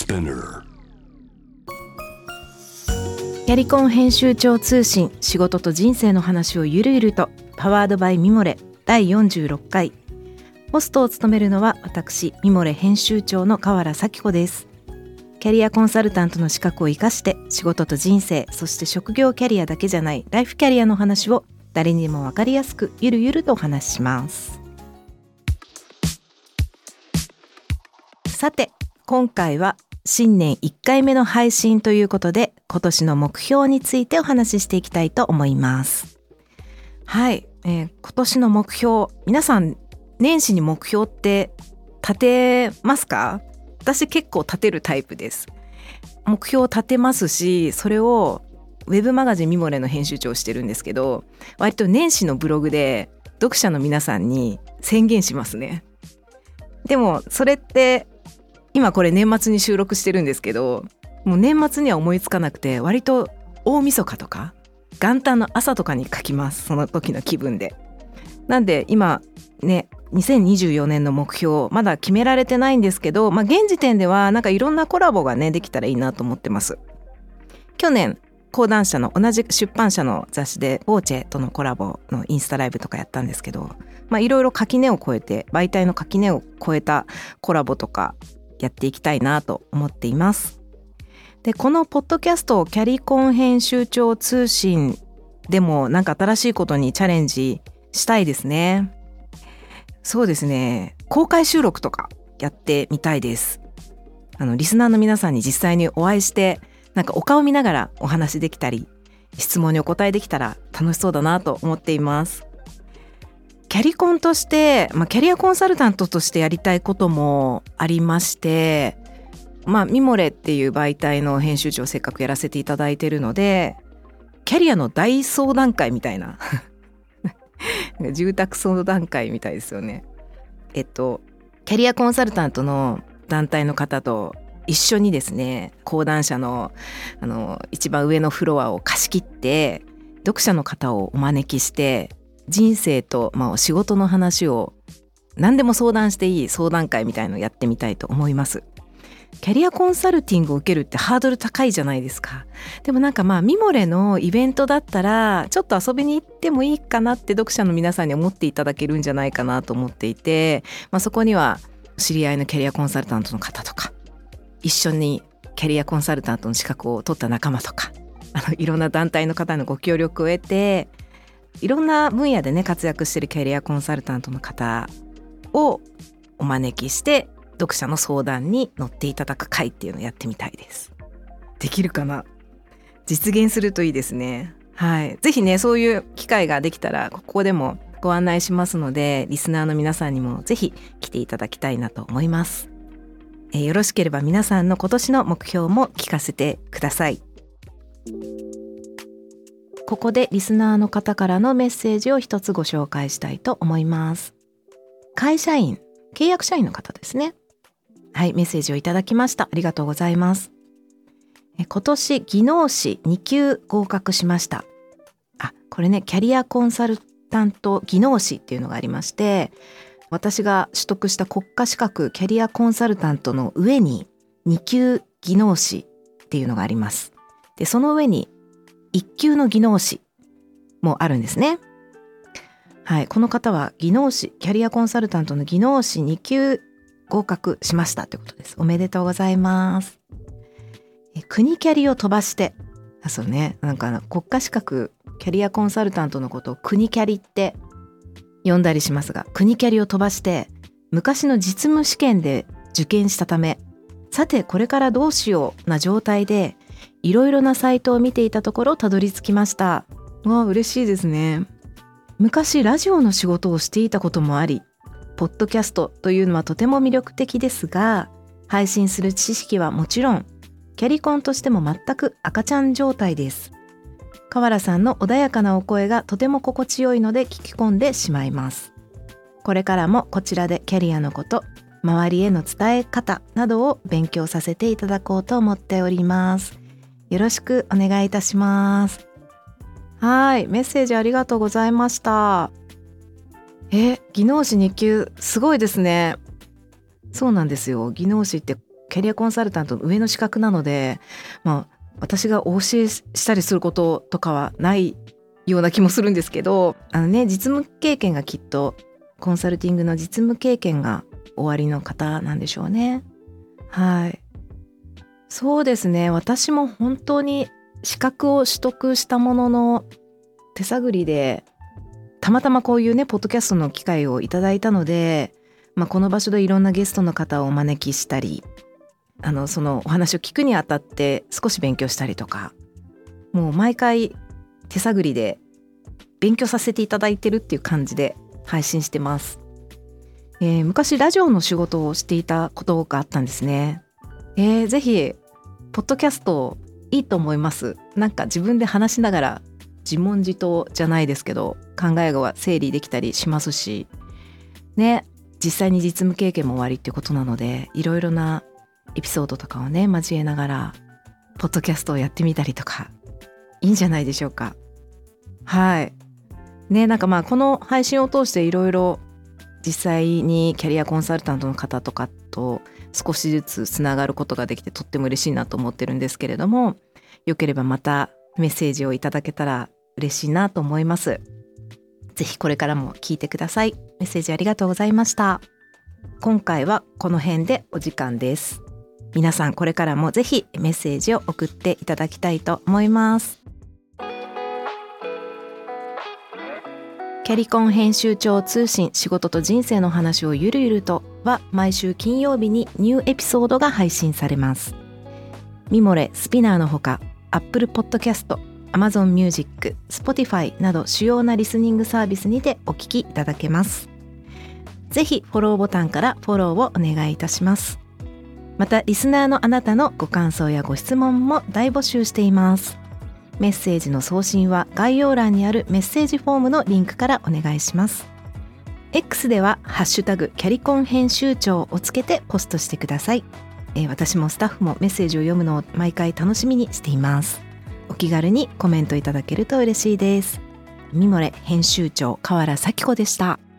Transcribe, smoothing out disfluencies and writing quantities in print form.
Spinner。 キャリコン編集長通信、仕事と人生の話をゆるゆると、パワードバイミモレ第46回。ホストを務めるのは私、ミモレ編集長の河原咲子です。キャリアコンサルタントの資格を生かして、仕事と人生、そして職業キャリアだけじゃないライフキャリアの話を誰にも分かりやすくゆるゆるとお話しします。さて、今回は新年1回目の配信ということで、今年の目標についてお話ししていきたいと思います。はい、今年の目標、皆さん年始に目標って立てますか？私結構立てるタイプです。目標を立てますし、それをウェブマガジンミモレの編集長をしてるんですけど、割と年始のブログで読者の皆さんに宣言しますね。でもそれって今これ年末に収録してるんですけど、もう年末には思いつかなくて、割と大晦日とか元旦の朝とかに書きます。その時の気分で。なんで今ね、2024年の目標まだ決められてないんですけど、現時点ではなんかいろんなコラボがねできたらいいなと思ってます。去年講談社の同じ出版社の雑誌でボーチェとのコラボのインスタライブとかやったんですけど、いろいろ垣根を越えて、媒体の垣根を越えたコラボとかやっていきたいなと思っています。で、このポッドキャストキャリコン編集長通信でもなんか新しいことにチャレンジしたいですね。そうですね、公開収録とかやってみたいです。リスナーの皆さんに実際にお会いして、なんかお顔見ながらお話できたり、質問にお答えできたら楽しそうだなと思っています。キャリコンとして、キャリアコンサルタントとしてやりたいこともありまして、ミモレっていう媒体の編集長をせっかくやらせていただいているので、キャリアの大相談会みたいな住宅相談会みたいですよね。キャリアコンサルタントの団体の方と一緒にですね、講談社の一番上のフロアを貸し切って、読者の方をお招きして、人生と、仕事の話を何でも相談していい相談会みたいのをやってみたいと思います。キャリアコンサルティングを受けるってハードル高いじゃないですか。でもなんかミモレのイベントだったらちょっと遊びに行ってもいいかなって読者の皆さんに思っていただけるんじゃないかなと思っていて、そこには知り合いのキャリアコンサルタントの方とか、一緒にキャリアコンサルタントの資格を取った仲間とか、いろんな団体の方のご協力を得て、いろんな分野でね活躍しているキャリアコンサルタントの方をお招きして、読者の相談に乗っていただく会っていうのをやってみたいです。できるかな？実現するといいですね。はい、ぜひね、そういう機会ができたらここでもご案内しますので、リスナーの皆さんにもぜひ来ていただきたいなと思います。よろしければ皆さんの今年の目標も聞かせてください。ここでリスナーの方からのメッセージを一つご紹介したいと思います。会社員、契約社員の方ですね。はい、メッセージをいただきました。ありがとうございます。今年技能士2級合格しました。これね、キャリアコンサルタント技能士っていうのがありまして、私が取得した国家資格キャリアコンサルタントの上に2級技能士っていうのがあります。で、その上に1級の技能士もあるんですね。はい、この方は技能士、キャリアコンサルタントの技能士2級合格しましたということです。おめでとうございます。国キャリを飛ばして、そうね、なんか国家資格キャリアコンサルタントのことを国キャリって呼んだりしますが、国キャリを飛ばして昔の実務試験で受験したため、さてこれからどうしような状態でいろいろなサイトを見ていたところたどり着きました。嬉しいですね。昔ラジオの仕事をしていたこともあり、ポッドキャストというのはとても魅力的ですが、配信する知識はもちろん、キャリコンとしても全く赤ちゃん状態です。河原さんの穏やかなお声がとても心地よいので聞き込んでしまいます。これからもこちらでキャリアのこと、周りへの伝え方などを勉強させていただこうと思っております。よろしくお願いいたします。はい、メッセージありがとうございました。技能士2級すごいですね。そうなんですよ。技能士ってキャリアコンサルタントの上の資格なので、私がお教えしたりすることとかはないような気もするんですけど、実務経験がきっとコンサルティングの実務経験がおありの方なんでしょうね。はい。そうですね。私も本当に資格を取得したものの手探りで、たまたまこういうねポッドキャストの機会をいただいたので、この場所でいろんなゲストの方をお招きしたり、そのお話を聞くにあたって少し勉強したりとか、もう毎回手探りで勉強させていただいてるっていう感じで配信してます。昔ラジオの仕事をしていたことがあったんですね。ぜひポッドキャストいいと思います。なんか自分で話しながら自問自答じゃないですけど考えが整理できたりしますしね、実際に実務経験もおありっていうことなので、いろいろなエピソードとかをね交えながらポッドキャストをやってみたりとかいいんじゃないでしょうか。はいね、なんかこの配信を通していろいろ実際にキャリアコンサルタントの方とかと少しずつつながることができてとっても嬉しいなと思ってるんですけれども、よければまたメッセージをいただけたら嬉しいなと思います。ぜひこれからも聞いてください。メッセージありがとうございました。今回はこの辺でお時間です。皆さんこれからもぜひメッセージを送っていただきたいと思います。キャリコン編集長通信、仕事と人生の話をゆるゆるとは毎週金曜日にニューエピソードが配信されます。ミモレ、スピナーのほか Apple Podcast、Amazon Music、Spotify など主要なリスニングサービスにてお聞きいただけます。ぜひフォローボタンからフォローをお願いいたします。またリスナーのあなたのご感想やご質問も大募集しています。メッセージの送信は概要欄にあるメッセージフォームのリンクからお願いします。 X ではハッシュタグキャリコン編集長をつけてポストしてください。私もスタッフもメッセージを読むのを毎回楽しみにしています。お気軽にコメントいただけると嬉しいです。ミモレ編集長河原咲子でした。